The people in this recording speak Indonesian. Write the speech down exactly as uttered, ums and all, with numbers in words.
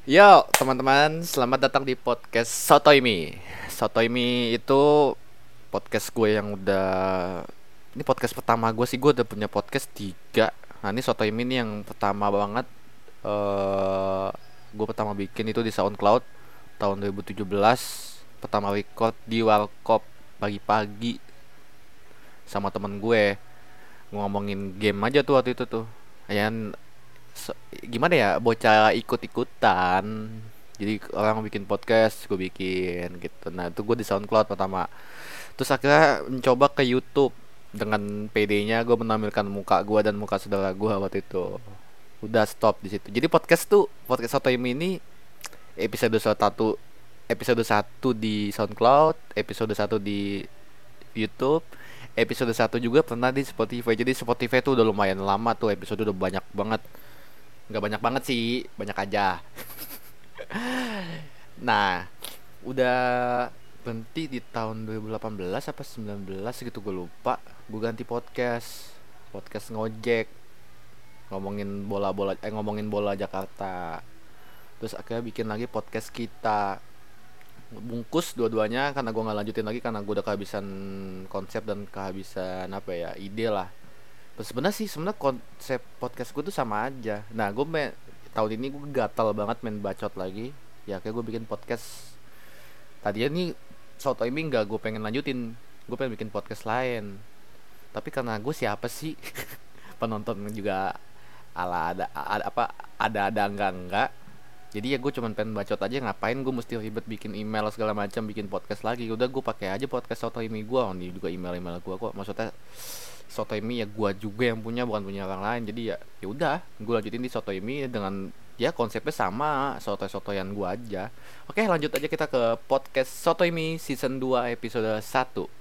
Yo teman-teman, selamat datang di podcast Sotoimi. Sotoimi itu podcast gue yang udah Ini podcast pertama gue sih, gue udah punya podcast tiga. Nah ini Sotoimi ini yang pertama banget. eh Gue pertama bikin itu di SoundCloud tahun dua ribu tujuh belas. Pertama record di Warkop pagi-pagi sama temen gue. Ngomongin game aja tuh waktu itu tuh. Ayan, so- gimana ya, bocah ikut-ikutan. Jadi orang bikin podcast, gue bikin gitu. Nah itu gue di SoundCloud pertama. Terus akhirnya mencoba ke YouTube. Dengan pedenya gue menampilkan muka gue dan muka saudara gue waktu itu. Udah stop di situ. Jadi podcast tuh, podcast Sotoim ini episode satu episode satu di SoundCloud, episode satu di YouTube, episode satu juga pernah di Spotify. Jadi Spotify tuh udah lumayan lama tuh, episode udah banyak banget. Nggak banyak banget sih, banyak aja. Nah, udah berhenti di tahun dua ribu delapan belas apa sembilan belas gitu, gue lupa. Gue ganti podcast. Podcast ngojek, ngomongin bola-bola eh ngomongin bola Jakarta. Terus akhirnya bikin lagi podcast kita. Bungkus dua-duanya karena gue nggak lanjutin lagi karena gue udah kehabisan konsep dan kehabisan apa ya, ide lah. Terus sebenarnya sih sebenarnya konsep podcast gue tuh sama aja. Nah, gue me- tahun ini gue gatal banget main bacot lagi. Ya kayak gue bikin podcast. Tadinya nih Soto ini nggak gue pengen lanjutin. Gue pengen bikin podcast lain. Tapi karena gue siapa sih? Penonton juga ala ada, ada apa ada ada enggak enggak. Jadi ya gue cuman pengen bacot aja, ngapain gue mesti ribet bikin email segala macam, bikin podcast lagi. Udah gue pakai aja podcast Soto ini gue. Oh, ini juga email-email gue kok. Maksudnya Sotoimi ya gua juga yang punya, bukan punya orang lain. Jadi ya ya udah gue lanjutin di Sotoimi dengan ya konsepnya sama, soto-sotoyan gua aja. Oke, lanjut aja kita ke podcast Sotoimi season dua episode satu.